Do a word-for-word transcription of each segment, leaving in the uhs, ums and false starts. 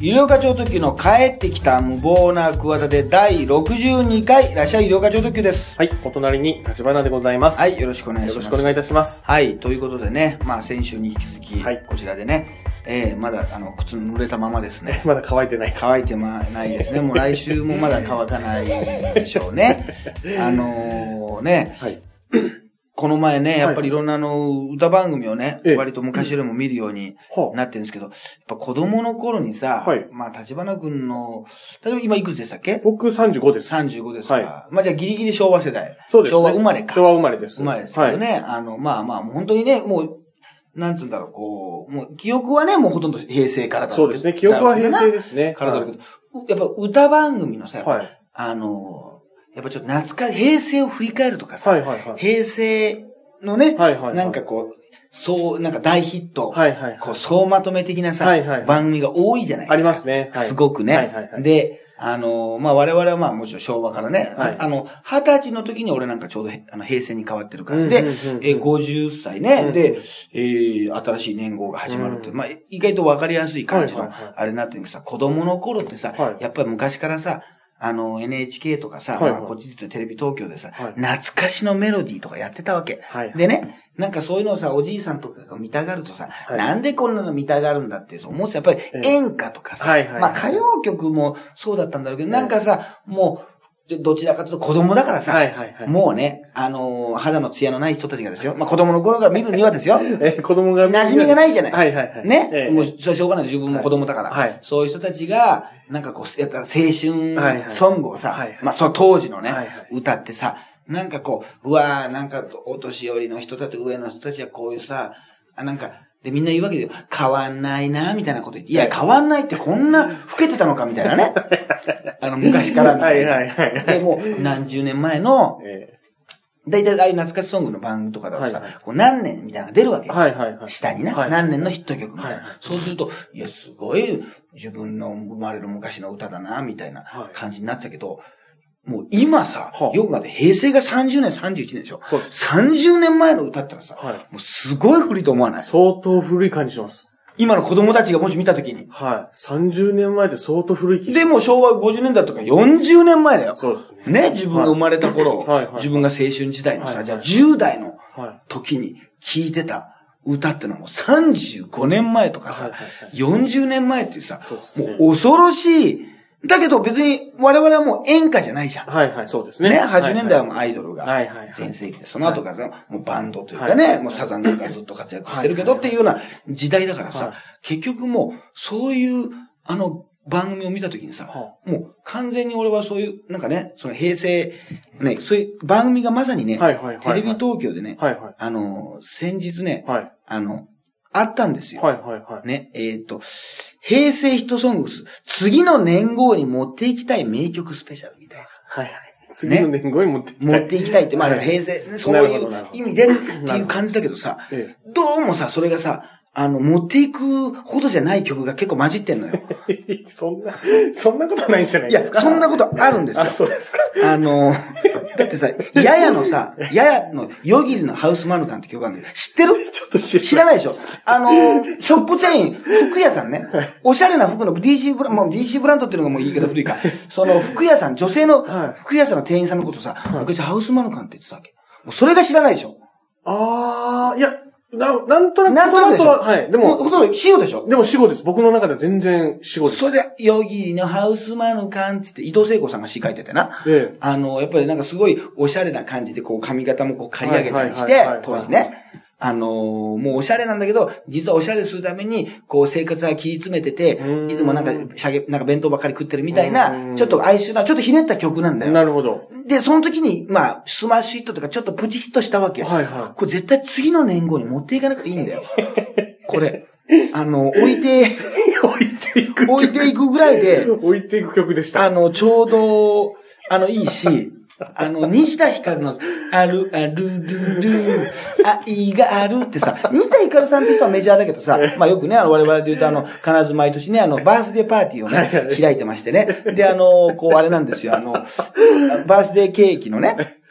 医療課長特急の帰ってきた無謀な企て第ろくじゅうにかい、いらっしゃい医療課長特急です。 はい、お隣に立花でございます。 はい、よろしくお願いします。 よろしくお願いいたします。 はい、ということでね、まあ先週に引き続き、はい、こちらでね、えー、まだ、あの、靴濡れたままですね。 まだ乾いてない。 乾いてまないですね。もう来週もまだ乾かないでしょうね。あのー、ね、はい。この前ね、やっぱりいろんなあの、歌番組をね、はい、割と昔よりも見るようになってるんですけど、やっぱ子供の頃にさ、はい、まあ、立花くんの、例えば今いくつでしたっけ？ 僕さんじゅうごです。 さんじゅうごですか。はい、まあ、じゃあギリギリ昭和世代。 そうですね。 昭和生まれか。 昭和生まれです。 生まれですけどね、はい、あの、まあまあ、本当にね、もう、なんつうんだろう、こう、もう、記憶はね、もうほとんど平成からだそうですね、記憶は平成ですね。 からだけど、はい、やっぱ歌番組のさ、はい、あの、やっぱちょっと懐かしい、平成を振り返るとかさ、はいはいはい、平成のね、はいはいはい、なんかこう、そう、なんか大ヒット、はいはいはい、こう、総まとめ的なさ、はいはいはい、番組が多いじゃないですか。 ありますね。 はい、すごくね。はいはいはい、で、あの、まあ、我々はまあ、もちろん昭和からね、はい、あの、二十歳の時に俺なんかちょうどあの平成に変わってるから、で、うんうんうんうん、え、ごじゅっさいね、うんうん、で、えー、新しい年号が始まるって、うん、まあ、意外とわかりやすい感じの、あれになってるけどさ、子供の頃ってさ、はい、やっぱり昔からさ、あの、エヌエイチケー とかさ、はいはい、まあ、こっちで言うとテレビ東京でさ、はい、懐かしのメロディーとかやってたわけ。はい、でね、なんかそういうのをさ、おじいさんとかが見たがるとさ、はい、なんでこんなの見たがるんだって思ってやっぱり演歌とかさ、はいはいはい、まあ歌謡曲もそうだったんだろうけど、はい、なんかさ、もう、どちらかというと子供だからさ、はいはいはい、もうね、あのー、肌の艶のない人たちがですよ、まあ子供の頃から見るにはですよ、え子供が馴染みがないじゃない。はいはいはい、ね、えー、もうそれはしょうがない、自分も子供だから、はい、そういう人たちが、なんかこう、やったら青春ソングをさ、はいはい、まあその当時のね、はいはい、歌ってさ、なんかこう、うわー、なんかお年寄りの人たち、上の人たちはこういうさ、あなんか、でみんな言うわけで、変わんないな、みたいなこと言って、いや、変わんないってこんな老けてたのか、みたいなね。あの、昔からみたいな。はいはいはい、で、もう何十年前の、だいたいああいう懐かしソングの番組とかだとさ、はいはい、こう何年みたいなのが出るわけよ。はいはいはい、下にな、はい、何年のヒット曲みたいな、はいはい。そうすると、いや、すごい自分の生まれる昔の歌だな、みたいな感じになってたけど、もう今さ、はあ、よく考えて平成がさんじゅうねん、さんじゅういちねんでしょ。そうです。さんじゅうねんまえの歌ったらさ、はい、もうすごい古いと思わない？ 相当古い感じします。 今の子供たちがもし見たときに。 はい。さんじゅうねんまえって相当古い気がします。 でも昭和ごじゅうねんだいとかよんじゅうねんまえだよ。そうですね。ね、自分が生まれた頃、はいはいはい、自分が青春時代のさ、はいはい、じゃあじゅう代の時に聴いてた歌ってのはもうさんじゅうごねんまえとかさ、はいはいはい、よんじゅうねんまえっていうさ、そうですね、もう恐ろしい。だけど別に我々はもう演歌じゃないじゃん。はいはい、そうですね。ね、はちじゅうねんだいはもうアイドルが全盛期で、その後からもうバンドというかね、はいはい、もうサザンなんかずっと活躍してるけどっていうような時代だからさ、はい、結局もうそういうあの番組を見たときにさ、はい、もう完全に俺はそういう、なんかね、その平成、ね、そういう番組がまさにね、はいはいはいはい、テレビ東京でね、はいはい、あの、先日ね、はい、あの、あったんですよ。はいはいはい。ね、えっと、平成ヒットソングス、次の年号に持っていきたい名曲スペシャルみたいな。はいはい。 次の年号に持っていきたい。 ね、持っていきたいって、まあ平成、ね、そういう意味でっていう感じだけどさ、ええ、どうもさ、それがさ、あの、持っていくほどじゃない曲が結構混じってんのよ。 そんな、そんなことないんじゃないですか。 いや、そんなことあるんですよ。あ、そうですか。あの、だってさ、ややのさ、ややの、夜霧のハウスマヌカンって曲があるんだよ。知ってる？ちょっと知らない。知らないでしょ。あの、ショップ店員、服屋さんね。おしゃれな服の ディーシー ブランド、もう ディーシー ブランドっていうのがもう言い方古いか。その服屋さん、女性の服屋さんの店員さんのことさ、昔ハウスマヌカンって言ってたわけ。もうそれが知らないでしょ。 あー、いや、な、なんとなく。 なんとなくでしょ。 はい。でも、 ほとんど死後でしょ。 でも死後です。僕の中では全然死後です。 それで、夜霧のハウスマヌカンって言って、伊藤聖子さんが詩書いててな。ええ。あの、やっぱりなんかすごいおしゃれな感じで、こう髪型もこう刈り上げたりして、当時ね。あのー、もうおしゃれなんだけど、実はおしゃれするために、こう生活は切り詰めてて、いつもなんか、しゃげ、なんか弁当ばっかり食ってるみたいな、ちょっと哀愁な、ちょっとひねった曲なんだよ。 なるほど。 で、その時に、まあ、スマッシュヒットとかちょっとプチヒットしたわけよ。はいはい。これ絶対次の年号に持っていかなくていいんだよ。これ。あの、置いて、 置いていく。 置いていくぐらいで、 置いていく曲でした。 あの、ちょうど、あの、いいし、あの、西田ひかるの、ある、ある、る、る、愛があるってさ、西田ひかるさんって人はメジャーだけどさ、まあよくね、あの、我々で言うとあの、必ず毎年ね、あの、バースデーパーティーをね、開いてましてね。で、あの、こう、あれなんですよ、あの、バースデーケーキのね、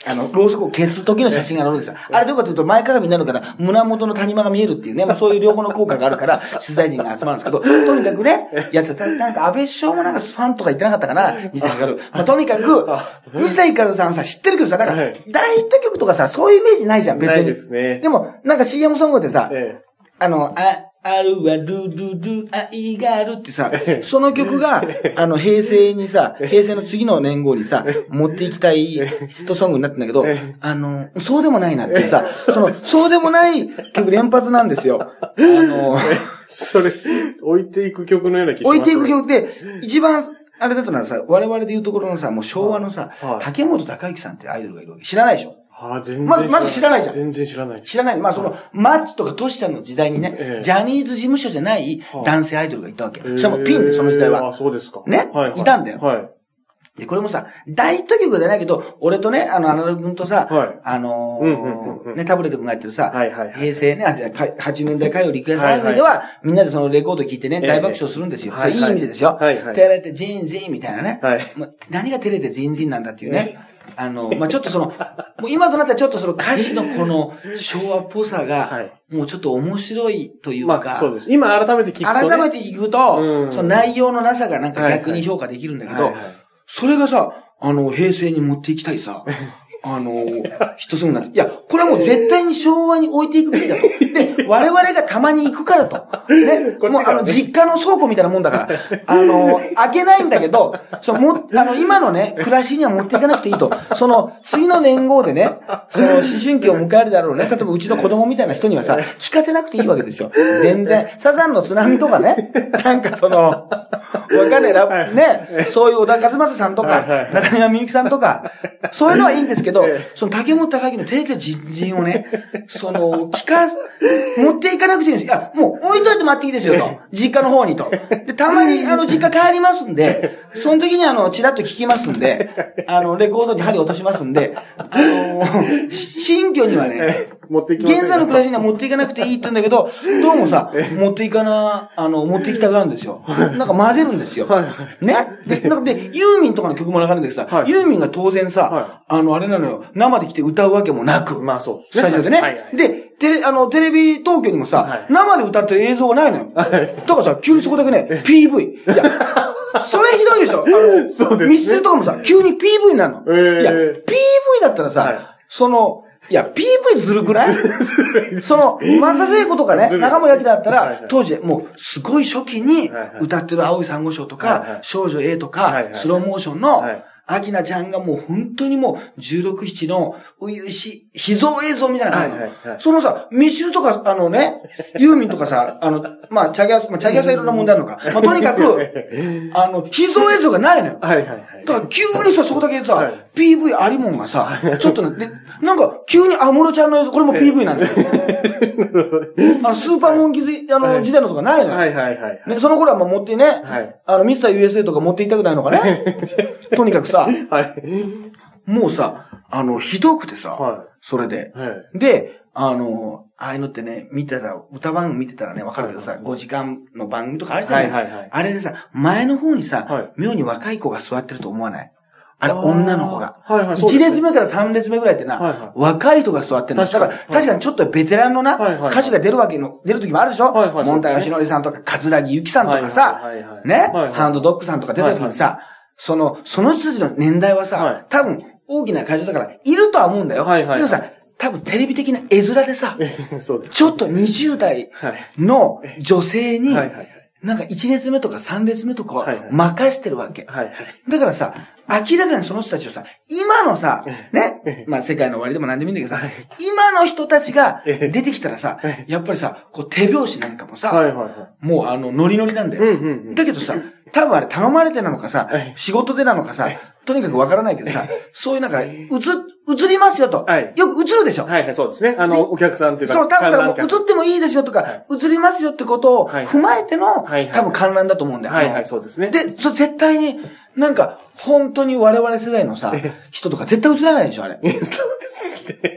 あの、ろうそくを消す時の写真が載るんですよ。あれどうかというと、前かがみになるから、胸元の谷間が見えるっていうね、まあそういう両方の効果があるから、取材陣が集まるんですけど、とにかくね、やつは、なんか安倍首相もなんかファンとか言ってなかったかな、西田ひかる。まあとにかく、西田ひかるさんさ、知ってるけどさ、なんか、大ヒット曲とかさ、そういうイメージないじゃん、別に。 ないですね。 でも、なんか シーエム ソングでさ、 ええ、 あの、あ、あるはルルル愛があるってさ、その曲が、あの、平成にさ、平成の次の年号にさ、持っていきたいヒットソングになってんだけど、あの、そうでもないなってさ、その、そうでもない曲連発なんですよ。あの、 それ、置いていく曲のような気がします、ね。 置いていく曲って、一番、あれだとならさ、我々で言うところのさ、もう昭和のさ、はいはい、竹本孝之さんってアイドルがいるわけ。知らないでしょ？ ああ、全然。 まず、まず知らないじゃん。 全然知らない。 知らない。まあ、その、マッチとかトシちゃんの時代にね、ええ、ジャニーズ事務所じゃない男性アイドルがいたわけ。はあ、それもピンで、その時代は。 ああ、そうですか。 ね、はいはい、いたんだよ。 はい。 で、これもさ、大ヒット曲じゃないけど、俺とね、あの、アナログ君とさ、はい、あのーうんうんうん、ね、タブレット君がやってるさ、はいはいはい、平成ね、はちじゅうねんだい歌謡リクエストアイドルでは、はいはい、みんなでそのレコード聴いてね、大爆笑するんですよ。ええ、それいい意味でですよ。はいはい。照れてジンジンみたいなね。はい。ま、何が照れてジンジンなんだっていうね。あの、まあ、ちょっとその、もう今となったらちょっとその歌詞のこの昭和っぽさが、はい、もうちょっと面白いというか、まあ、 そうです。今改めて聞くと、ね、 改めて聞くと、うん、その内容のなさがなんか逆に評価できるんだけど、はいはいはいはい、それがさ、あの、平成に持っていきたいさ、あの、ヒットソングになって。いや、これはもう絶対に昭和に置いていくべきだと。で、我々がたまに行くからと。ね。もうあの、実家の倉庫みたいなもんだから。あの、開けないんだけど、そのも、あの、今のね、暮らしには持っていかなくていいと。その、次の年号でね、その、思春期を迎えるだろうね。例えばうちの子供みたいな人にはさ、聞かせなくていいわけですよ。全然。サザンの津波とかね、なんかその、わかんねえな、ね、そういう小田和正さんとか、中島みゆきさんとか、そういうのはいいんですけど、その竹本孝之のテレビ人人をね、その、聞か、持っていかなくていいんですよ。いや、もう置いといて待っていいですよと。実家の方にと。で、たまにあの、実家帰りますんで、その時にあの、チラッと聞きますんで、あの、レコードに針落としますんで、あの、新居にはね、持っていきます。現在の暮らしには持っていかなくていいって言うんだけど、どうもさ、持っていかな、あの、持っていきたがるんですよ。なんか混ぜるんですよ。ね。で、なんかで、ユーミンとかの曲も流れるんだけどさ、ユーミンが当然さ、あの、あれなのよ、生で来て歌うわけもなく。まあそう。スタジオでね。で、テレ、あの、テレビ東京にもさ、生で歌ってる映像がないのよ。だからさ、急にそこだけね、ピーブイ。いや、それひどいでしょ。あの、そうですね。ミスチルとかもさ、急に ピーブイ になるの。いや、ピーブイ だったらさ、その、いや、ピーブイ ずるくないその、松田聖子とかね、中森明だったら、当時、もう、すごい初期に歌ってる青い珊瑚礁とか、少女 A とか、スローモーションの、アキナちゃんがもう本当にもう、じゅうろく、ななの、うゆし、秘蔵映像みたいな感じなの。そのさ、ミシルとか、あのね、ユーミンとかさ、あの、まあ、チャギアス、まあ、チャギアスはいろんな問題あるのか。まあ、とにかく、あの、秘蔵映像がないのよ。はいはいはい。だから急にさ、そこだけさ、ピーブイ ありもんがさ、ちょっとね、なんか、急にアムロちゃんの映像、これも ピーブイ なんだよ。あの、スーパーモンキーズ、あの、時代のとかないのよ。はいはいはい。ね、その頃はもう持ってね、あの、ミスター ユーエスエー とか持っていきたくないのかね。とにかくさ、はい、もうさ、あの、ひどくてさ、はい、それで、はい。で、あの、ああいうのってね、見てたら、歌番組見てたらね、わかるけどさ、はい、ごじかんの番組とかあるじゃない、はいはいはい、あれでさ、前の方にさ、はい、妙に若い子が座ってると思わない？あれ、女の子が。はいはい、いち列目からさん列目ぐらいってな、はいはい、若い人が座ってるんだ。だから、確かにちょっとベテランのな、はいはい、歌手が出るわけの、出る時もあるでしょ、はいはい、モンタヨシノリさんとか、桂木由紀さんとかさ、はいはいはい、ね、はいはい、ハンドドッグさんとか出た時にさ、はいはい、その、その人たちの年代はさ、はい、多分、大きな会場だから、いるとは思うんだよ。はいはい、でもさ、多分テレビ的な絵面でさ、そうです、ちょっとにじゅう代の女性に、なんかいち列目とかさん列目とかを任してるわけ。はいはい、だからさ、明らかにその人たちをさ、今のさ、ね、まあ世界の終わりでも何でもいいんだけどさ、今の人たちが出てきたらさ、やっぱりさ、こう手拍子なんかもさ、もうあの、ノリノリなんだよ。だけどさ、多分あれ頼まれてなのかさ、仕事でなのかさ、とにかくわからないけどさ、そういうなんか、映、映りますよと。はい、よく映るでしょ。はいはい、そうですね。あの、お客さんっていうか。そう、多分もう映ってもいいですよとか、映りますよってことを踏まえての、多分観覧だと思うんだよ。はいはい、そうですね。で、そ絶対に、なんか、本当に我々世代のさ、人とか絶対映らないでしょ、あれ。そうですね。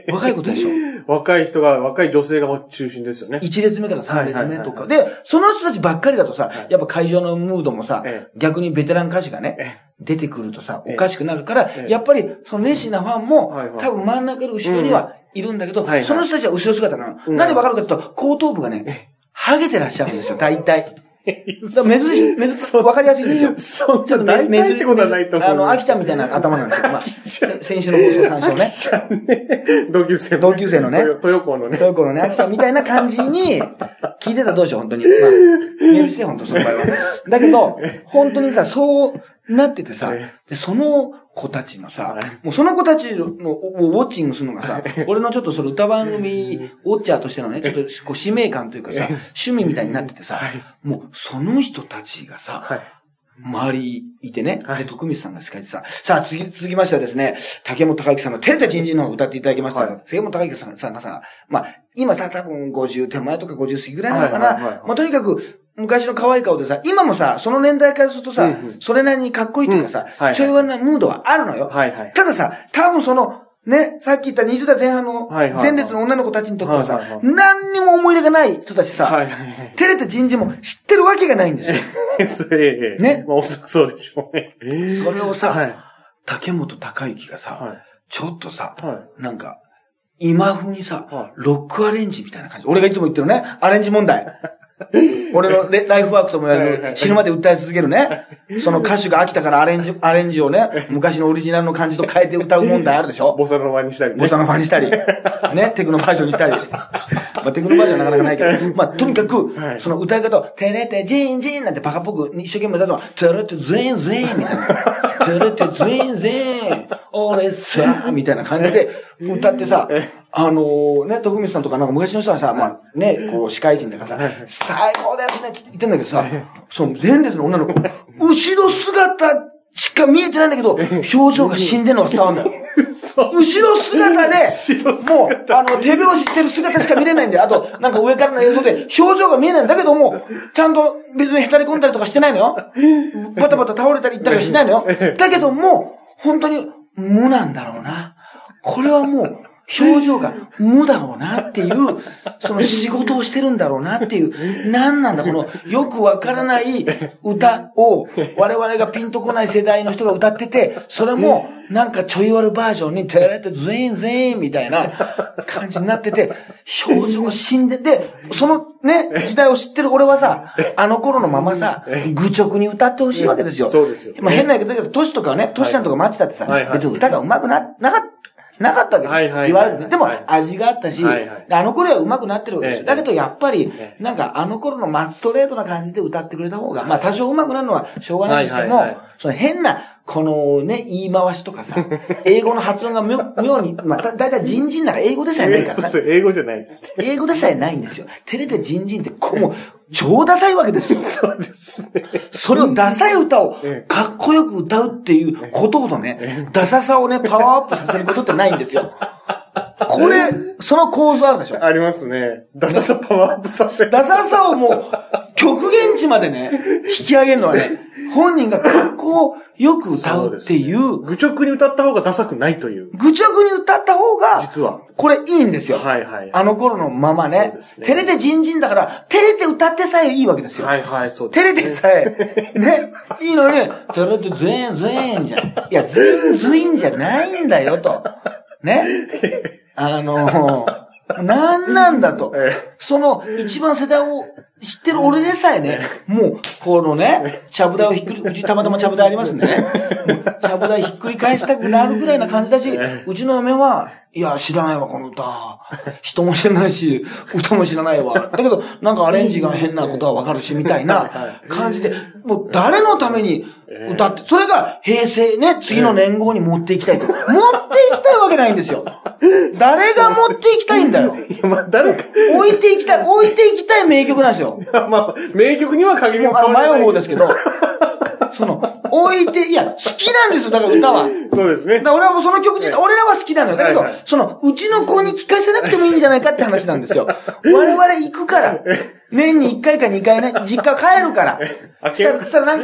若いことでしょ。 若い人が、若い女性が中心ですよね。 一列目から三列目とか。で、その人たちばっかりだとさ、やっぱ会場のムードもさ、逆にベテラン歌手がね、出てくるとさ、おかしくなるから、やっぱり、その熱心なファンも、多分真ん中の後ろにはいるんだけど、その人たちは後ろ姿なの。なんでわかるかというと、後頭部がね、ハゲてらっしゃるんですよ、大体。だから珍しい、珍しい、わかりやすいんですよ。 そう、ちょっと大体ってことはないと思う。 あの、秋ちゃんみたいな頭なんですよ。まあ、先週の放送参照ね。 秋ちゃんね。同級生の。 同級生のね。 豊子のね。 豊子のね、秋ちゃんみたいな感じに、聞いてたらどうしよう、本当に。まあ、メールして、本当その場合は。だけど、本当にさ、そうなっててさ、でその子たちのさ、もうその子たちのをウォッチングするのがさ、俺のちょっとその歌番組ウォッチャーとしてのね、ちょっとこう使命感というかさ、趣味みたいになっててさ、もうその人たちがさ、周りいてね、で、徳光さんが司会でさ、さあ、次、続きましてはですね、竹本孝之さんの照れた人事の方を歌っていただきましたが、竹本孝之さんさんがさ、まあ、今さ、多分ごじゅう手前とかごじゅう過ぎぐらいなのかな。まあ、とにかく、昔の可愛い顔でさ、今もさ、その年代からするとさ、うんうん、それなりにかっこいいというかさ、うんはいはい、ちょい悪なムードはあるのよ。はいはい、たださ、多分その、ね、さっき言ったにじゅう代前半の前列の女の子たちにとってはさ、はいはいはい、何にも思い入れがない人たちさ、はいはいはい、照れて人事も知ってるわけがないんですよ。ね。 まあ、おそらくそうでしょうね。 それをさ、はい、竹本孝之がさ、はい、ちょっとさ、はい、なんか、今風にさ、はい、ロックアレンジみたいな感じ。俺がいつも言ってるね、アレンジ問題。俺のライフワークとも言われる、死ぬまで訴え続けるね。その歌手が飽きたからアレンジ、アレンジをね、昔のオリジナルの感じと変えて歌う問題あるでしょ。 ボサノバにしたりね。 ボサノバにしたり。ね、テクノバージョンにしたり。まあ、テクノバージョンはなかなかないけど。まあ、とにかく、その歌い方を、テレテジンジンなんてバカっぽく一生懸命歌うのは、テレテゼンゼンみたいな。テレテゼンゼン、俺さ、みたいな感じで歌ってさ、あのー、ね、徳光さんとかなんか昔の人はさ、まあね、こう、司会陣だからさ、最高ですねって言ってんだけどさ、その前列の女の子、後ろ姿しか見えてないんだけど、表情が死んでるのが伝わるんだよ。後ろ姿で、もう、あの、手拍子してる姿しか見れないんだよ。あと、なんか上からの映像で表情が見えないんだけども、ちゃんと別にへたり込んだりとかしてないのよ。バタバタ倒れたり行ったりはしないのよ。だけども、本当に無なんだろうな。これはもう、表情が無だろうなっていう、その仕事をしてるんだろうなっていう、なんなんだこのよくわからない歌を我々がピンとこない世代の人が歌ってて、それもなんかちょい悪バージョンに照れて全員全員みたいな感じになってて、表情が死んでて、そのね、時代を知ってる俺はさ、あの頃のままさ、愚直に歌ってほしいわけですよ。 そうですよ。 まあ変な言い方だけど、トシとかね、トシちゃんとかマッチだってさ、別に歌が上手くな、なかった。なかったわけです。はいはいはい、いわゆるね。でも、味があったし、はいはい、あの頃は上手くなってるわけですよ。だけど、やっぱり、なんか、あの頃のマストレートな感じで歌ってくれた方が、まあ、多少上手くなるのはしょうがないにしても、はいはいはい、その変な、このね、言い回しとかさ、英語の発音が妙に、まあ、だ、だいたいジンジンなら英語でさえないからね。そうそう、英語じゃないです。 英語でさえないんですよ。照れてジンジンって、こう、もう、超ダサいわけですよ。 そうですね。 それをダサい歌をかっこよく歌うっていうことほどね、ダサさをね、パワーアップさせることってないんですよ。これ、その構造あるでしょ？ ありますね。ダサさパワーアップさせる。 ダサさをもう、極限値までね、引き上げるのはね、本人が格好よく歌うっていう。 愚直に歌った方がダサくないという。 愚直に歌った方が、 実は。 これいいんですよ。 はいはい。 あの頃のままね。ね照れてジンジンだから、照れて歌ってさえいいわけですよ。 はいはい、そうです、 ね。照れてさえ、ね、いいのに、照れて全全じゃん。いや、全全じゃないんだよと。ね。あのー、なんなんだと。その、一番世代を知ってる俺でさえね、もう、このね、ちゃぶ台をひっくり、うちたまたまちゃぶ台ありますんでね。ちゃぶ台ひっくり返したくなるぐらいな感じだし、うちの嫁は、いや、知らないわ、この歌。人も知らないし、歌も知らないわ。だけど、なんかアレンジが変なことはわかるし、みたいな感じで、もう誰のために歌って、それが平成ね、次の年号に持っていきたいと。持っていきたいわけないんですよ。誰が持っていきたいんだよ。 いや、まあ、誰か。 置いていきたい、置いていきたい名曲なんですよ。 まあ、名曲には限りもあの、前の方ですけど、その、置いて、いや、好きなんですよ、だから歌は。 そうですね。 だから俺はもうその曲自体、俺らは好きなのよ。だけど、はいはい、その、うちの子に聞かせなくてもいいんじゃないかって話なんですよ。我々行くから、年にいっかいかにかいね、実家帰るから。そしたら、そしたらなんか、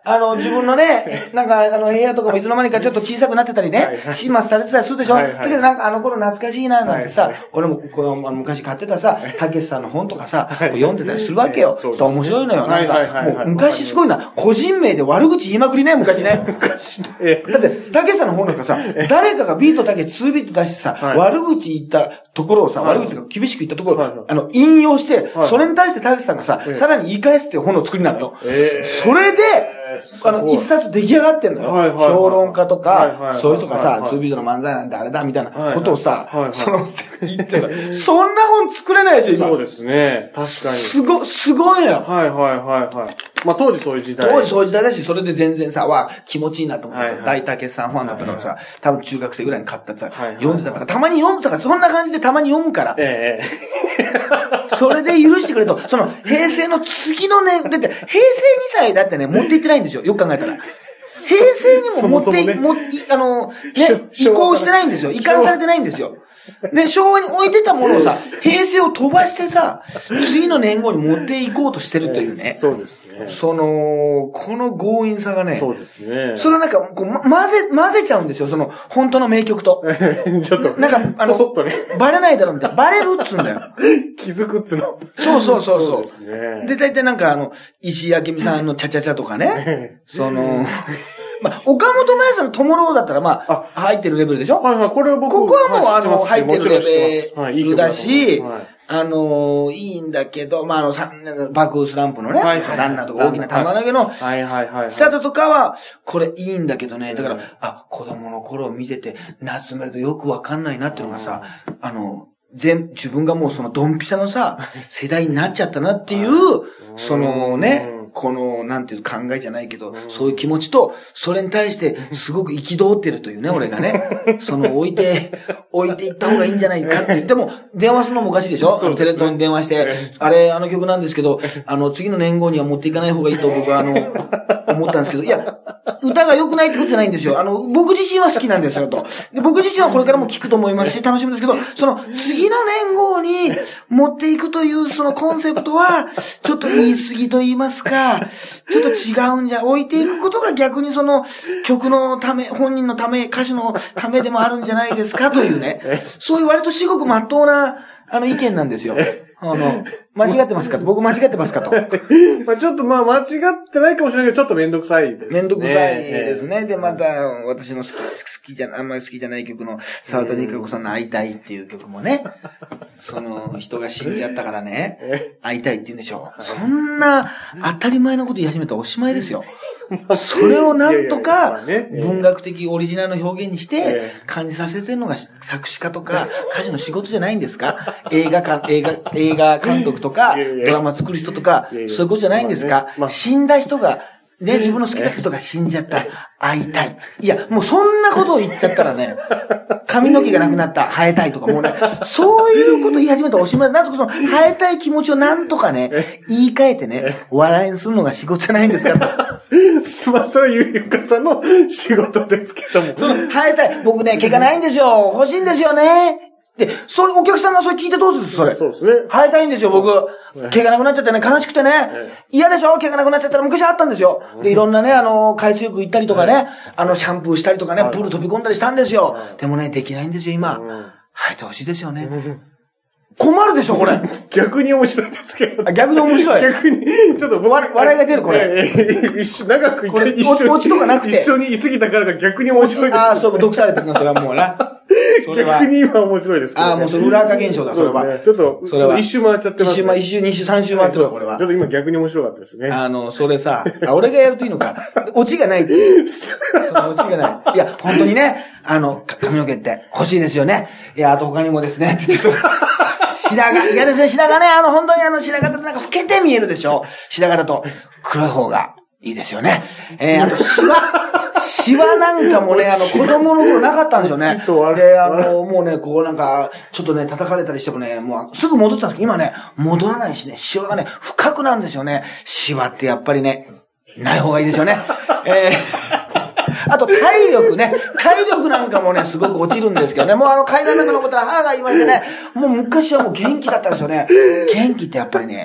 あの、自分のね、なんか、あの、部屋とかもいつの間にかちょっと小さくなってたりね、始末されてたりするでしょ、はいはい、だけどなんかあの頃懐かしいな、なんてさ、はいはい、俺もこの昔買ってたさ、たけしさんの本とかさ、こう読んでたりするわけよ。そうそう面白いのよ。なんか、もう昔すごいな、個人名で悪口言いまくりね、昔ね。昔ね。だって、たけしさんの本なんかさ、誰かがビートだけにビート出してさ、はい、悪口言ったところをさ、はい、悪口が厳しく言ったところを、はい、あの、引用して、はい、それに対してたけしさんがさ、はい、さらに言い返すっていう本の作りなのよ。えー、それで、あの、一冊出来上がってんのよ。はいはいはい、評論家とか、はいはいはい、そういう人がさ、はいはい、ツービートの漫才なんてあれだ、みたいなことをさ、はいはい、その、言ってさ、そんな本作れないでしょ、今。 そうですね。確かに。 すご、すごいのよ。 はいはいはいはい。まあ当時そういう時代。 当時そういう時代だし、それで全然さ、わ、気持ちいいなと思って、はいはい、大竹さんファンだったからさ、はいはい、多分中学生ぐらいに買ったってさ、はいはい、読んでたから、たまに読んでたから、そんな感じでたまに読むから。ええ。それで許してくれと、その、平成の次のね、だって、平成にさえだってね、持っていってないんですよ。よく考えたら。平成にも持って、そもそもね、も、あの、ね、移行してないんですよ。移管されてないんですよ。で、昭和に置いてたものをさ、平成を飛ばしてさ、次の年号に持っていこうとしてるというね。 そうですね。 その、この強引さがね。 そうですね。 それをなんか、こう、ま、混ぜ、混ぜちゃうんですよ。その、本当の名曲と。 ちょっと。 なんか、あの、 そっとね、 バレないだろうみたいな。バレるっつうんだよ。 気づくっつの。 そうそうそうそう。そうですね。 で、大体なんかあの、石井明美さんのチャチャチャとかね。その、まあ、岡本真也さんのトモローだったら、まあ、あ入ってるレベルでしょ。 はいはい、これは僕ここはもう、あの、入ってるレベルだし、 はい、 あの、いいんだけど、まあ、あの、さ爆風スランプのね、はいはい、ランナーとか大きな玉投げの、 はいはいはい。 スタートとかは、これいいんだけどね、だから、あ、子供の頃を見てて、夏めるとよくわかんないなっていうのがさ、あの、全、自分がもうそのドンピシャのさ、世代になっちゃったなっていう、そのね、この、なんていう考えじゃないけど、そういう気持ちと、それに対して、すごく憤ってるというね、俺がね。その、置いて、置いていった方がいいんじゃないかっていう。でも、電話するのもおかしいでしょ、ね、テレ東に電話して、あれ、あの曲なんですけど、あの、次の年号には持っていかない方がいいと僕は、あの、思ったんですけど、いや、歌が良くないってことじゃないんですよ。あの、僕自身は好きなんですよ、と。で、僕自身はこれからも聴くと思いますし、楽しみですけど、その、次の年号に持っていくという、そのコンセプトは、ちょっと言い過ぎと言いますか、ちょっと違うんじゃ、置いていくことが逆にその曲のため、本人のため、歌手のためでもあるんじゃないですかというね、そういう割と至極真っ当な、あの意見なんですよ。あの、間違ってますかと。僕間違ってますかと。 まあちょっとまあ間違ってないかもしれないけど、ちょっとめんどくさいですね。 めんどくさいですね。で、また、私の好きじゃ、あんまり好きじゃない曲の、沢田理香子さんの会いたいっていう曲もね、その人が死んじゃったからね、会いたいって言うんでしょう。そんな当たり前のこと言い始めたらおしまいですよ。それをなんとか文学的オリジナルの表現にして感じさせてるのが作詞家とか歌手の仕事じゃないんですか？映画か、映画、映画監督とかドラマ作る人とかそういうことじゃないんですか？死んだ人がね、自分の好きな人が死んじゃった。会いたい。いや、もうそんなことを言っちゃったらね、髪の毛がなくなった。生えたいとか、もうね、そういうこと言い始めたらおしまい。なんとかその、生えたい気持ちをなんとかね、言い換えてね、笑いにするのが仕事じゃないんですかと。 まあ、それはゆゆかさんの仕事ですけども。 その、生えたい。僕ね、毛がないんですよ。欲しいんですよね。で、それ、お客さんがそれ聞いてどうするんですそれ。 そうですね。 生えたいんですよ、僕。毛がなくなっちゃってね、悲しくてね。嫌でしょ毛がなくなっちゃったら昔あったんですよ。で、いろんなね、あの、海水浴行ったりとかね、あの、シャンプーしたりとかね、プール飛び込んだりしたんですよ。でもね、できないんですよ、今。生えてほしいですよね。困るでしょ、これ。 逆に面白いですけど。 あ、逆に面白い。 逆に、ちょっと笑いが出る、これ。 一緒、長くいて、 一緒に。落ちとかなくて。 一緒にいすぎたからが逆に面白いです。 ああ、そう、毒されてるの、それはもうな。 逆に今面白いですけど、ね。 ああ、もうそれ裏垢現象だ、それは。 ね、ちょっと、それは。一周回っちゃってます、 ね。一周、一周、二周、三周回ってるわ、これは。 ちょっと今逆に面白かったですね。 あの、それさ、あ、俺がやるといいのか。オチがないっていう。そのオチがない。いや、本当にね、あの、髪の毛って欲しいですよね。いや、あと他にもですね、って言って白髪、嫌ですね、白髪ね、あの、本当にあの、白髪ってなんか老けて見えるでしょ。白髪だと、黒い方がいいですよね。えー、あと、シワ。シワなんかもね、あの、子供の頃なかったんですよね。で、あの、もうね、こうなんか、ちょっとね、叩かれたりしてもね、もうすぐ戻ったんですけど、今ね、戻らないしね、シワがね、深くなんですよね。シワってやっぱりね、ない方がいいですよね。えーあと体力ね。体力なんかもね、すごく落ちるんですけどね。もうあの階段なんか登ったら母が言いましてね、もう昔はもう元気だったんですよね。元気ってやっぱりね、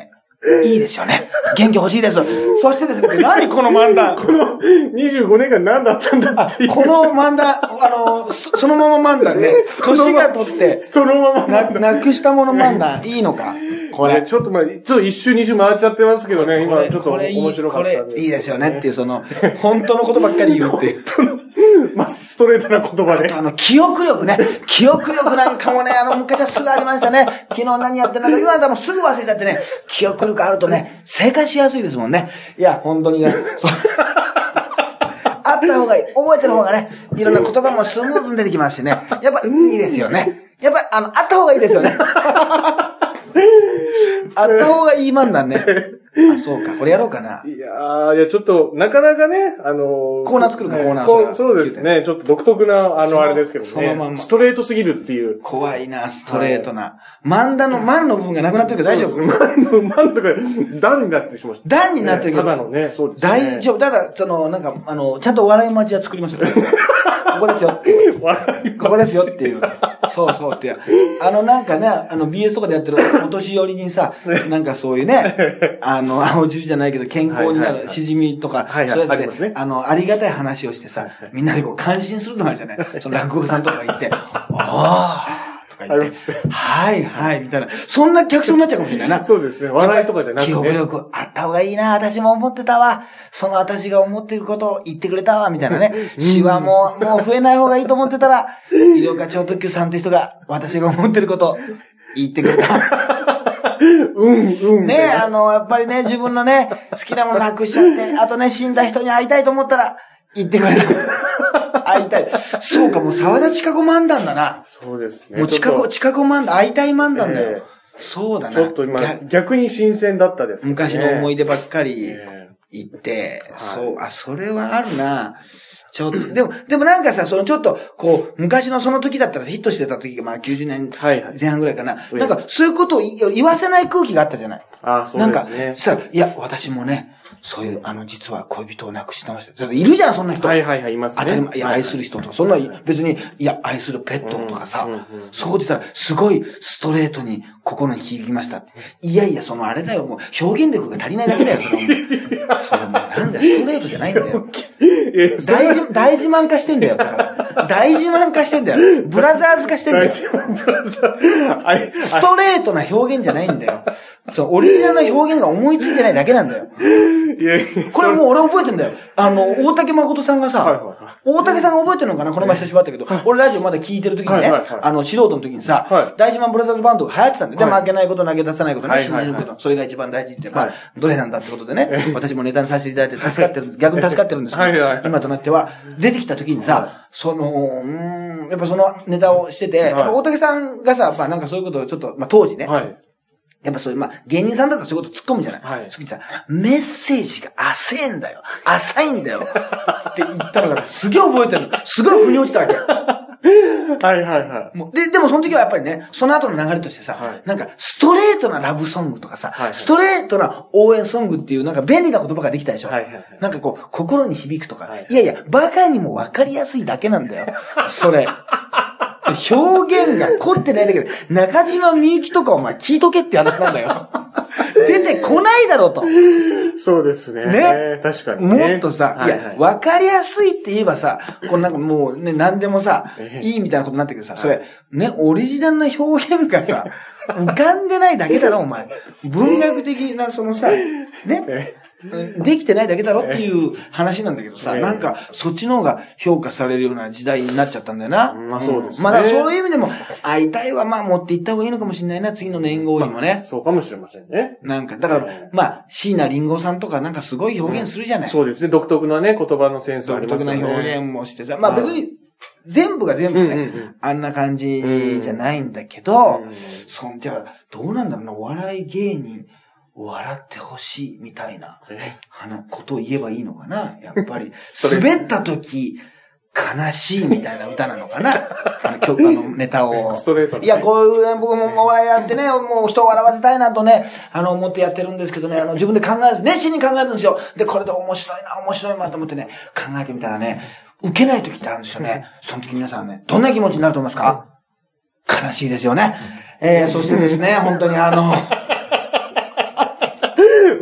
いいですよね。元気欲しいです。そしてですね、何この漫談。 このにじゅうごねんかん何だったんだっていう。 この漫談、あの、そ, そのまま漫談ね、年が取って、 そのままな、なくしたもの漫談、いいのか。これ。 ちょっとまあ、ちょっと一周二周回っちゃってますけどね、今ちょっと面白かったです、ね。 これいいですよねっていう、その、本当のことばっかり言うっていう。 まあ、ストレートな言葉で。 あとあの、記憶力ね。記憶力なんかもね、あの、昔はすぐありましたね。昨日何やってんだか、今はもうすぐ忘れちゃってね、記憶力あるとね、生活しやすいですもんね。いや、本当にね。そうあった方がいい。覚えてる方がね、いろんな言葉もスムーズに出てきますしね。やっぱいいですよね。やっぱあの、あった方がいいですよね。あった方がいい漫談ね。あ、そうか。これやろうかな。 いやー、いや、ちょっと、なかなかね、あのー、 コーナー作るか、コーナーそ, そうですね。ちょっと独特な、あの、あれですけどね。そのまんま。ストレートすぎるっていう。 怖いな、ストレートな。漫談の、漫の部分がなくなってるけど大丈夫？ 漫の、漫とか、段になってしました。 段になってるけど。 ただのね、そうですね。大丈夫。ただ、その、なんか、あの、ちゃんと笑い待ちは作りますよ。ここですよ。ここですよっていう。そうそうっていう。あのなんかね、あの ビーエス とかでやってるお年寄りにさ、なんかそういうね、あの、青汁じゃないけど健康になるしじみとか、そういうやつで、あの、ありがたい話をしてさ、みんなでこう感心するのがあるじゃない。その落語家さんとか言って、ああとか言って、はいはいみたいな。そんな客層になっちゃうかもしれないな。 そうですね。笑いとかじゃなくて。 記憶力あった方がいいな。私も思ってたわ。その私が思っていることを言ってくれたわ。みたいなね。シワも、もう増えない方がいいと思ってたら、医療課長特急さんって人が私が思ってることを言ってくれた。 うん、うん。 ね、あの、やっぱりね、自分のね、好きなものなくしちゃって、あとね、死んだ人に会いたいと思ったら、言ってくれた。会いたい。そうか、もう沢田千佳子漫談だな。 そうですね。 もう千佳子、千佳子漫談、会いたい漫談だよ。えー、そうだな。 ちょっと今、逆に新鮮だったですね。 昔の思い出ばっかり言って、えー、そう、あ、それはあるな。ちょっと、でも、でもなんかさ、そのちょっと、こう、昔のその時だったらヒットしてた時が、まあきゅうじゅうねんぜん半ぐらいかな。はいはい、なんか、そういうことを言わせない空気があったじゃない。 ああ、そうですね。 なんか、そしたら、いや、私もね、そういう、あの、実は恋人を亡くしてました。いるじゃん、そんな人。 はいはいはい、いますね。 当たり前、いや、愛する人とか、そんな、別に、いや、愛するペットとかさ、うんうんうん、そう言ったら、すごいストレートに心に響きましたって。いやいや、そのあれだよ、もう、表現力が足りないだけだよ、それも。それも、なんだ、ストレートじゃないんだよ。大事、大自慢化してんだよ、だから。大自慢化してんだよ。ブラザーズ化してんだよ。ストレートな表現じゃないんだよ。そう、オリジナルな表現が思いついてないだけなんだよ。いやいやこれもう俺覚えてんだよ。あの、大竹誠さんがさ、はいはいはい、大竹さんが覚えてるのかなこの前久しぶりだったけど、はい、俺ラジオまだ聞いてる時にね、はいはいはい、あの、素人の時にさ、はい、大自慢ブラザーズバンドが流行ってたんだよ。はい、で、負けないこと投げ出さないことね、信じるけど、それが一番大事って、まあ、どれなんだってことでね、私もネタにさせていただいて助かってるんです。逆に助かってるんですけど、はいはいはい、今となっては、出てきた時にさ、はい、その、うーん、やっぱそのネタをしてて、はい、やっぱ大竹さんがさ、まあなんかそういうことをちょっと、まあ当時ね、はいやっぱそういう、まあ、芸人さんだったらそういうこと突っ込むんじゃないはい。そこにさ、メッセージが浅いんだよ。浅いんだよ。って言ったのが、すげえ覚えてる。すごい腑に落ちたわけ。 はいはいはい。 もうで、でもその時はやっぱりね、その後の流れとしてさ、はい、なんか、ストレートなラブソングとかさ、はいはい、ストレートな応援ソングっていうなんか便利な言葉ができたでしょ。はいはいはい、なんかこう、心に響くとか、はいはい。いやいや、バカにもわかりやすいだけなんだよ。それ。表現が凝ってないだけで、中島みゆきとかお前聞いとけって話なんだよ。出てこないだろうと。 そうですね。 ね。 確かに、ね。 もっとさ、はいはい、いや、わかりやすいって言えばさ、これなんかもうね、何でもさ、いいみたいなことになってくるさ、それ、ね、オリジナルな表現がさ、浮かんでないだけだろ、お前。文学的な、そのさ、ね。できてないだけだろっていう話なんだけどさ、なんか、そっちの方が評価されるような時代になっちゃったんだよな。 まあそうですね。 まだそういう意味でも、会いたいはまあ持っていった方がいいのかもしれないな、次の年号にもね。 まあ、そうかもしれませんね。 なんか、だから、まあ、椎名林檎さんとかなんかすごい表現するじゃない。 うん、そうですね。独特なね、言葉のセンスありますよね。 独特な表現もしてさ、まあ別に、全部が全部ね、うんうんうん、あんな感じじゃないんだけど、うんうん、そんじゃあ、どうなんだろうな、お笑い芸人、笑ってほしいみたいな、あの、ことを言えばいいのかなやっぱり、滑った時、悲しいみたいな歌なのかなあの曲、あの、ネタを。 ストレート、ね。 いや、こういう、僕もお笑いやってね、もう人を笑わせたいなとね、あの、思ってやってるんですけどね、あの、自分で考える、熱心に考えるんですよ。で、これで面白いな、面白いなと思ってね、考えてみたらね、受けない時ってあるんですよね。その時皆さんね、どんな気持ちになると思いますか？悲しいですよね。えー、そしてですね、本当にあの、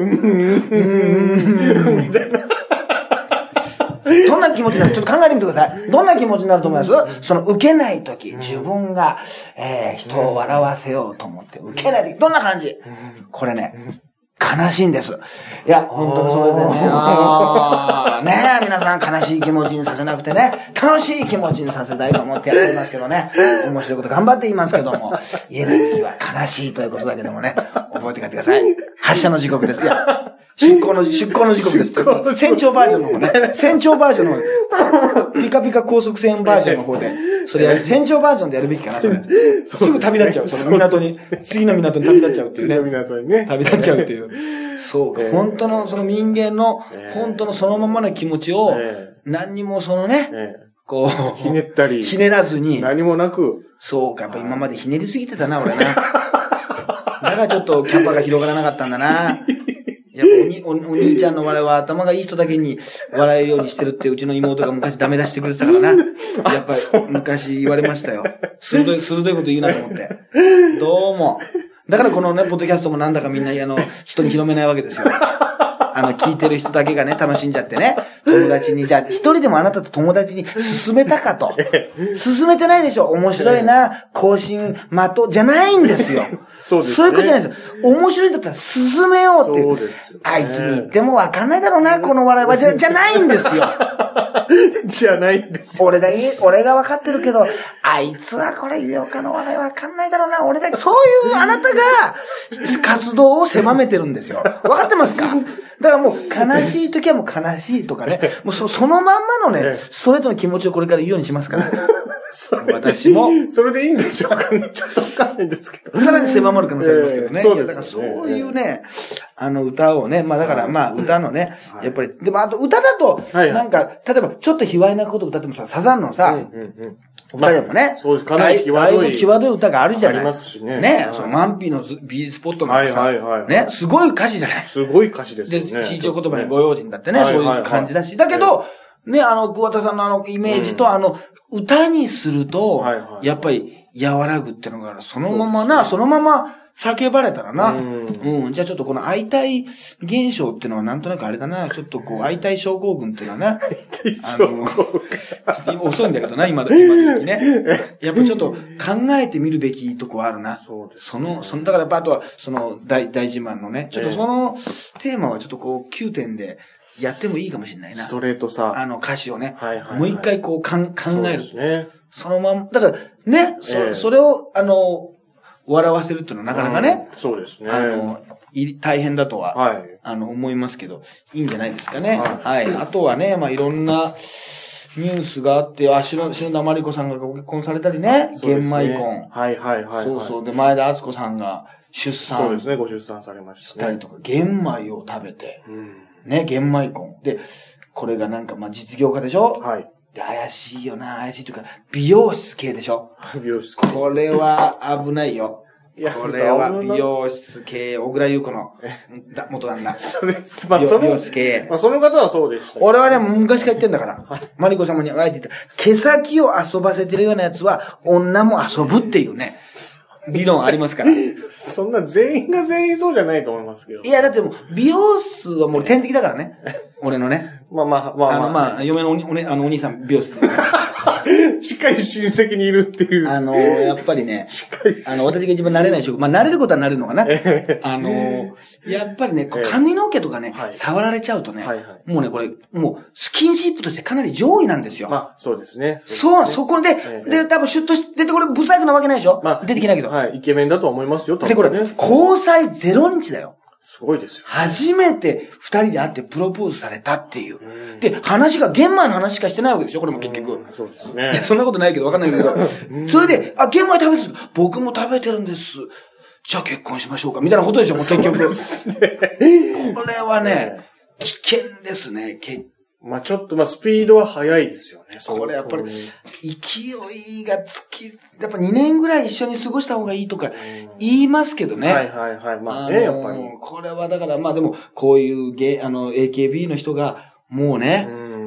うーん。みたいな。どんな気持ちになる？ちょっと考えてみてください。どんな気持ちになると思います？その受けないとき、自分が、えー、人を笑わせようと思って受けないとき、どんな感じ？これね、悲しいんです。いや、本当にそれでね、あーねえ、皆さん悲しい気持ちにさせなくてね、楽しい気持ちにさせたいと思ってやってますけどね、面白いこと頑張って言いますけども、言えない時は悲しいということだけどもね、覚えて帰ってください。発車の時刻です。いや、出航の、出航の時刻です。船長バージョンの方ね。船長バージョンの方で。ピカピカ高速船バージョンの方で。それやる、船長バージョンでやるべきかな、それ。すぐ旅立っちゃう。その港に、次の港に旅立っちゃうっていうね。 次の港にね。 旅立っちゃうっていう。そうか。本当の、その人間の、本当のそのままの気持ちを、何にもそのね、こう、 ひねったり。 ひねらずに。 何もなく。 そうか。やっぱ今までひねりすぎてたな、俺な。だからちょっとキャパが広がらなかったんだな。やっぱおに、お、お兄ちゃんの笑いは頭がいい人だけに笑えるようにしてるってうちの妹が昔ダメ出してくれてたからな。やっぱり昔言われましたよ。鋭い、鋭いこと言うなと思って。どうも。だからこのね、ポッドキャストもなんだかみんな、あの、人に広めないわけですよ。あの、聞いてる人だけがね、楽しんじゃってね。友達に、じゃあ、一人でもあなたと友達に勧めたかと。勧めてないでしょ。面白いな、更新、的、じゃないんですよ。 そうですね。 そういうことじゃないですよ。面白いんだったら進めようっていう。そうですよね。あいつに言ってもわかんないだろうな、この笑いは。じゃ、じゃないんですよ。 じゃないんですよ。 俺だけ、俺がわかってるけど、あいつはこれ、ゆうかの笑いわかんないだろうな、俺だけ、そういうあなたが活動を狭めてるんですよ。わかってますか？だからもう悲しい時はもう悲しいとかね、もうそ、そのまんまのね、ストレートの気持ちをこれから言うようにしますから。私も。 それでいいんでしょうかね。ちょっとわかんないんですけど。 さらに狭まる可能性ありますけどね。 えー、そうですね。 いや、だからそういうね、あの歌をね、まあだからまあ歌のね、はい、やっぱり、でもあと歌だと、なんか、はいはい、例えばちょっと卑猥なこと歌ってもさ、サザンのさ、うんうんうん歌でもね、まあ、 そうです、かなり際どい。 だいぶ際どい歌があるじゃない。 ありますしね。 ね、はい、そのマンピーの B スポットのさ、はいはいはいはい、ね、すごい歌詞じゃない。 すごい歌詞ですよね。 で、地上言葉にご用心だってね、そういう感じだし。だけど、ね、あの、桑田さんのあのイメージと、うん、あの、歌にすると、はいはい、やっぱり和らぐってのがある。そのままな、そのまま叫ばれたらな。うん、うん。じゃあちょっとこの会いたい現象っていうのはなんとなくあれだな。ちょっとこう、会いたい症候群っていうのはな。あの、ちょっと遅いんだけどな、今だ、今の時ね。やっぱちょっと考えてみるべきとこはあるな。そうです、ね。その、その、だからやっぱあとは、その大、大自慢のね、ちょっとそのテーマはちょっとこう、きゅうてんで、やってもいいかもしれないな。 ストレートさ。 あの歌詞をね。 はいはいはい、 もう一回こうかん考える。 そうですね。 そのまま、だからね、そ, えー、それを、あの、笑わせるっていうのはなかなかね。 うん、そうですね。 あの、い大変だとは、 はい、 あの、思いますけど、いいんじゃないですかね。はい。はい、あとはね、まあいろんなニュースがあって、あ、篠田麻里子さんがご結婚されたりね。玄米婚。 はいはいはい、はい。 そうそう。で、前田敦子さんが出産。 そうですね、ご出産されました、ね。 したりとか、玄米を食べて。うんね、玄米婚。で、これがなんか、まあ、実業家でしょ？はい。で、怪しいよな、怪しいというか、美容室系でしょ？ 美容室系。 これは危ないよ。いや、これは美容室系、小倉優子の元旦那。 それ、まあ、その、 美容室系。 まあ、その方はそうでした。 俺はね、昔から言ってんだから。はい、マリコ様にあえて言った。毛先を遊ばせてるようなやつは、女も遊ぶっていうね。理論ありますから。 そんな全員が全員そうじゃないと思いますけど。 いや、だってもう、美容室はもう天敵だからね。俺のね。 まあまあまあまあ。 あの、まあ、嫁のおに、おね、あの、お兄さん美容室で、ね。 近い親戚にいるっていう。 あの、やっぱりね。あの、私が一番慣れない職、まあ、慣れることは慣れるのかな。あの、やっぱりね、髪の毛とかね、はい、触られちゃうとね、はいはい、もうね、これ、もう、スキンシップとしてかなり上位なんですよ。 まあ、そうですね。 そう、そこで、えー、で、多分シュッとしてて、これ、ブサイクなわけないでしょ、まあ、出てきないけど。 はい、イケメンだと思いますよ、多分ね。で、これ、交際ゼロ日だよ。 すごいですよ。 初めて二人で会ってプロポーズされたっていう。うん、で、話が、玄米の話しかしてないわけでしょこれも結局。 うん、そうですね。 そんなことないけど、わかんないけど。それで、あ、玄米食べてるんです。僕も食べてるんです。じゃあ結婚しましょうか。みたいなことでしょもう結局。そうですね。これはね、危険ですね。けまあちょっと、まあスピードは速いですよね。 これやっぱり、勢いがつき、やっぱにねんぐらい一緒に過ごした方がいいとか言いますけどね。 はいはいはい。まあね、やっぱり。 これはだから、まあでも、こういうゲ、あの、エーケービー の人が、もうね、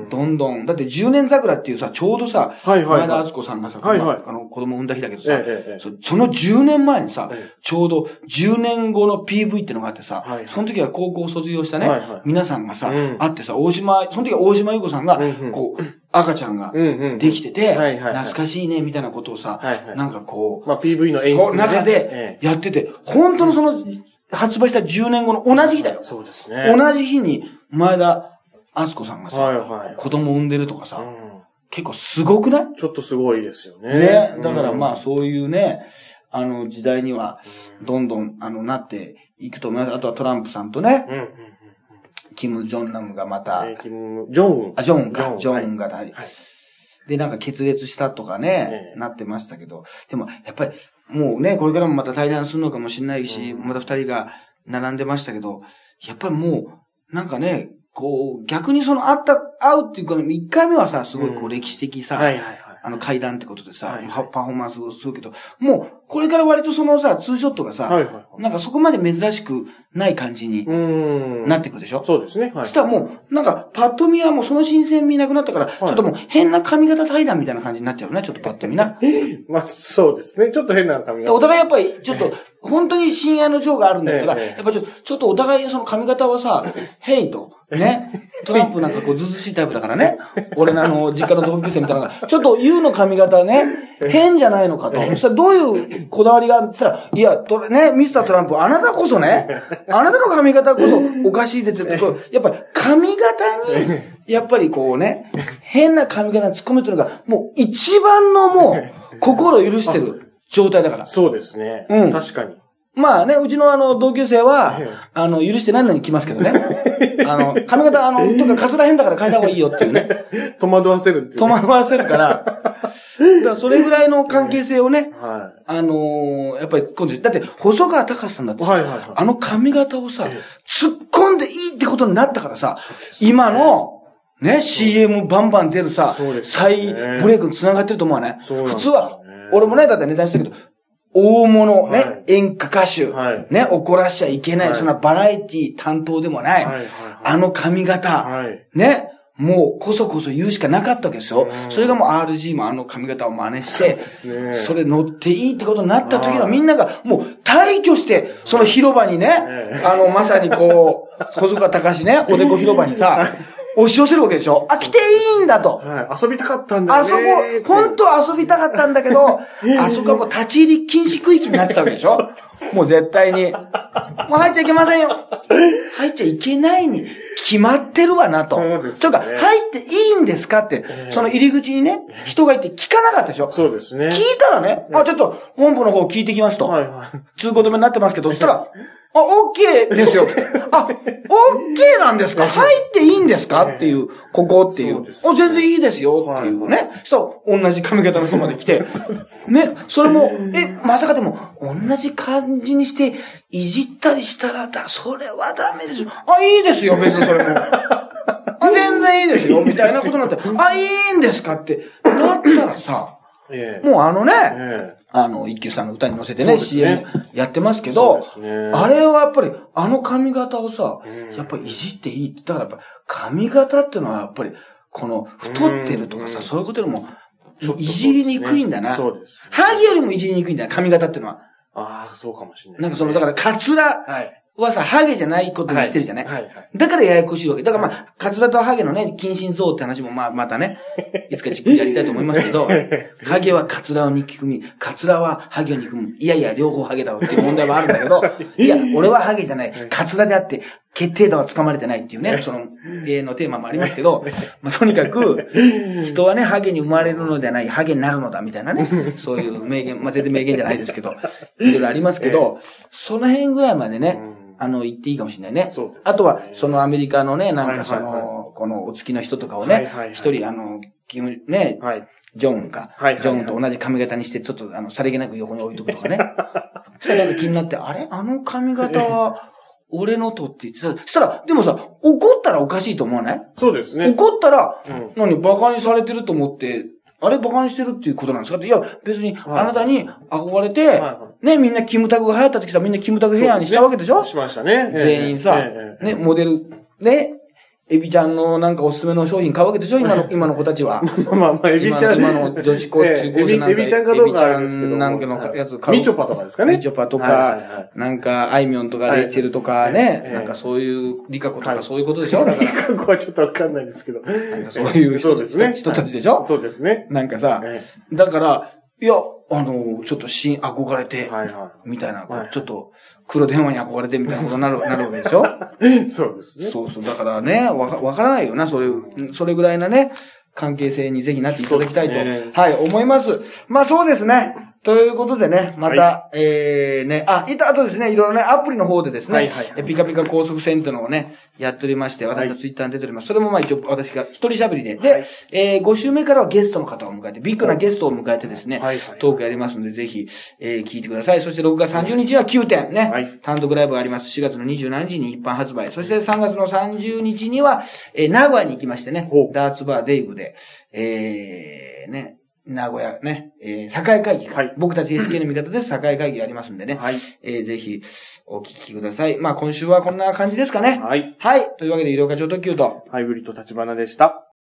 どんどん、だってじゅうねん桜っていうさ、ちょうどさ、 はいはいはい、 前田敦子さんがさ、 はいはい、 あの、子供産んだ日だけどさ、 ええええ、 そ, そのじゅうねんまえにさ、 ええ、ちょうどじゅうねんごの ピーブイ ってのがあってさ、 はいはい、 その時は高校卒業したね、 はいはい、 皆さんがさ、 うん、 会ってさ、大島、その時は大島優子さんが、うんうん、こう、赤ちゃんができてて、懐かしいね、みたいなことをさ、はいはい、なんかこう、 まあ、ピーブイ の演出の、 ね、中でやってて、本当のその、発売したじゅうねんごの同じ日だよ。 そうですね。 同じ日に、前田敦子さんがさ、 はいはい、 子供産んでるとかさ、うん、結構すごくない？ ちょっとすごいですよね。 ね。だからまあそういうね、あの時代には、どんどん、あの、なっていくと思います。あとはトランプさんとね、うんうんうん、キム・ジョンナムがまた、 えー、キム・ジョンウン。 あ、ジョンか、ジョンが、はい、で、なんか決裂したとかね、えー、なってましたけど、でも、やっぱり、もうね、これからもまた対談するのかもしれないし、うん、また二人が並んでましたけど、やっぱりもう、なんかね、こう、逆にその、会った、会うっていうか、一回目はさ、すごいこう、歴史的さ、うん、はいはいはい、あの、会談ってことでさ、はいはい、パフォーマンスをするけど、もう、これから割とそのさ、ツーショットがさ、はいはいはい、なんかそこまで珍しくない感じになってくるでしょ？ そうですね。はい。 そしたらもう、なんか、パッと見はもうその新鮮味なくなったから、はい、ちょっともう変な髪型対談みたいな感じになっちゃうね、ちょっとパッと見な。 まあ、そうですね。ちょっと変な髪型。 お互いやっぱり、ちょっと、本当に親愛の情があるんだったら、ええ、やっぱちょっと、ちょっとお互いその髪型はさ、ヘイと、ね、トランプなんかこうずずしいタイプだからね、俺のあの、実家の同級生みたいなのが、ちょっと ユー の髪型ね、変じゃないのかと。そしたらどういうこだわりがあったら、いや、とね、ミスタートランプ、あなたこそね、あなたの髪型こそおかしいですって、やっぱり髪型に、やっぱりこうね、変な髪型に突っ込めてるのが、もう一番のもう、心を許してる状態だから。 そうですね。 うん。 確かに。 まあね、うちのあの、同級生は、あの、許してないのに来ますけどね。あの、髪型、あの、とか、カツラ変だから変えた方がいいよっていうね。 戸惑わせるっていう、ね。 戸惑わせるから。だからそれぐらいの関係性をね、はい、あのー、やっぱり今度、だって、細川隆さんだってさ、はいはいはい、あの髪型をさ、突っ込んでいいってことになったからさ、今の、ね、シーエム バンバン出るさ、ね、再ブレイクに繋がってると思うね。普通は、俺もね、だってネタにしたけど、大物、ね、はい、演歌歌手、はい、ね、怒らしちゃいけない、はい、そんなバラエティ担当でもない、はいはいはい、あの髪型、はい、ね、もうこそこそ言うしかなかったわけですよ。それがもう アールジー もあの髪型を真似して、そ, ね、それ乗っていいってことになった時のみんながもう大挙して、その広場にね、あの、まさにこう、細川隆ね、おでこ広場にさ、押し寄せるわけでしょ？あ、来ていいんだと。 はい。遊びたかったんだよね。 あそこ、本当は遊びたかったんだけど、あそこはもう立ち入り禁止区域になってたわけでしょ？もう絶対に。もう入っちゃいけませんよ。入っちゃいけないに決まってるわなと。そうですね。というか、入っていいんですかって、その入り口にね、人がいて聞かなかったでしょ？ そうですね。 聞いたらね、あ、ちょっと本部の方聞いてきますと。はいはい。通行止めになってますけど、そしたら、あ、オッケーですよ。あ、オッケーなんですか？入っていいんですか？っていう、ここっていう。あ、全然いいですよっていうね。そう、同じ髪型の人まで来て。ね、それも、え、まさかでも、同じ感じにして、いじったりしたらだ、それはダメですよ。あ、いいですよ、別にそれも。あ、全然いいですよ、みたいなことになって、あ、いいんですかってなったらさ、ええ、もうあのね、ええ、あの、一休さんの歌に乗せてね、ね シーエム やってますけど、ね、あれはやっぱり、あの髪型をさ、やっぱりいじっていいって、だからやっぱ髪型っていうのはやっぱり、この太ってるとかさ、そういうことよりも、いじりにくいんだな。そうです。ハゲよりもいじりにくいんだな、髪型っていうのは。 ああ、そうかもしれない、 ね。なんかその、だから、カツラ。はい。はさ、ハゲじゃないことにしてるじゃない、はいはいはい、だからややこしいわけ。だからまあ、カツラとハゲのね、近親像って話もまあ、またね、いつかじっくりやりたいと思いますけど、ハゲはカツラを憎み、カツラはハゲを憎む。いやいや、両方ハゲだろっていう問題はあるんだけど、いや、俺はハゲじゃない。カツラであって、決定打は掴まれてないっていうね、その、永遠のテーマもありますけど、まあ、とにかく、人はね、ハゲに生まれるのではない、ハゲになるのだ、みたいなね、そういう名言、まあ、全然名言じゃないですけど、いろいろありますけど、その辺ぐらいまでね、あの、言っていいかもしれないね。そうですね。あとは、そのアメリカのね、なんかその、はいはいはい、このお付きの人とかをね、一、はいはいはい、人、あの、キム、ね、はい、ジョンか、はいはいはい、ジョンと同じ髪型にして、ちょっと、あの、さりげなく横に置いとくとかね。そしたらなんか気になって、あれあの髪型は、俺のとって言ってた。そしたら、でもさ、怒ったらおかしいと思わない？そうですね。怒ったら、うん、何、馬鹿にされてると思って、あれ馬鹿にしてるっていうことなんですかって、いや、別に、あなたに憧れて、はいはい、ね、みんなキムタクが流行った時さ、みんなキムタクヘアにしたわけでしょ？しましたね。全員さ、えーえー、ね、モデル、ね、 エビちゃんのなんかおすすめの商品買うわけでしょ今の、今の子たちは。 まあまあまあ、エビちゃん。 今の女子高中高生なんか。 エビちゃんかどうかあるんですけど。 エビちゃんなんかのやつ買う。みちょぱとかですかね。 みちょぱとか、なんか、あいみょんとかレイチェルとかね、なんかそういうリカコとかそういうことでしょだから。 リカコはちょっとわかんないですけど。 なんかそういう人たちでしょそうですね。 なんかさ、だから、いや、あの、ちょっと新憧れて、みたいな、ちょっと黒電話に憧れてみたいなことになる、なるわけでしょそうですね。 そうそう。だからね、わか、わからないよな、それ、それぐらいなね、関係性にぜひなっていただきたいと、ね、はい、思います。まあそうですね。ということでね、また、はい、えーね、あ、いた後ですね、いろいろね、アプリの方でですね、はいはいはい、ピカピカ高速線というのをね、やっておりまして、私のツイッターに出ております。それもまあ一応私が一人喋りで、で、はい、えー、ご週目からはゲストの方を迎えて、ビッグなゲストを迎えてですね、はいはい、トークやりますので、ぜひ、えー、聞いてください。そしてろくがつさんじゅうにちはきゅうてんね、はい、単独ライブがあります。しがつのにじゅうしちにちに一般発売。そしてさんがつのさんじゅうにちには、えー、名古屋に行きましてね、ダーツバーデイブで、えー、ね、名古屋ね、えー、境会議、はい、僕たち エスケー の味方です。境会議ありますんでね。はい。えー、ぜひ、お聞きください。まあ、今週はこんな感じですかね。はい。はい。というわけで、医療課長特急と、 ハイブリッド立花でした。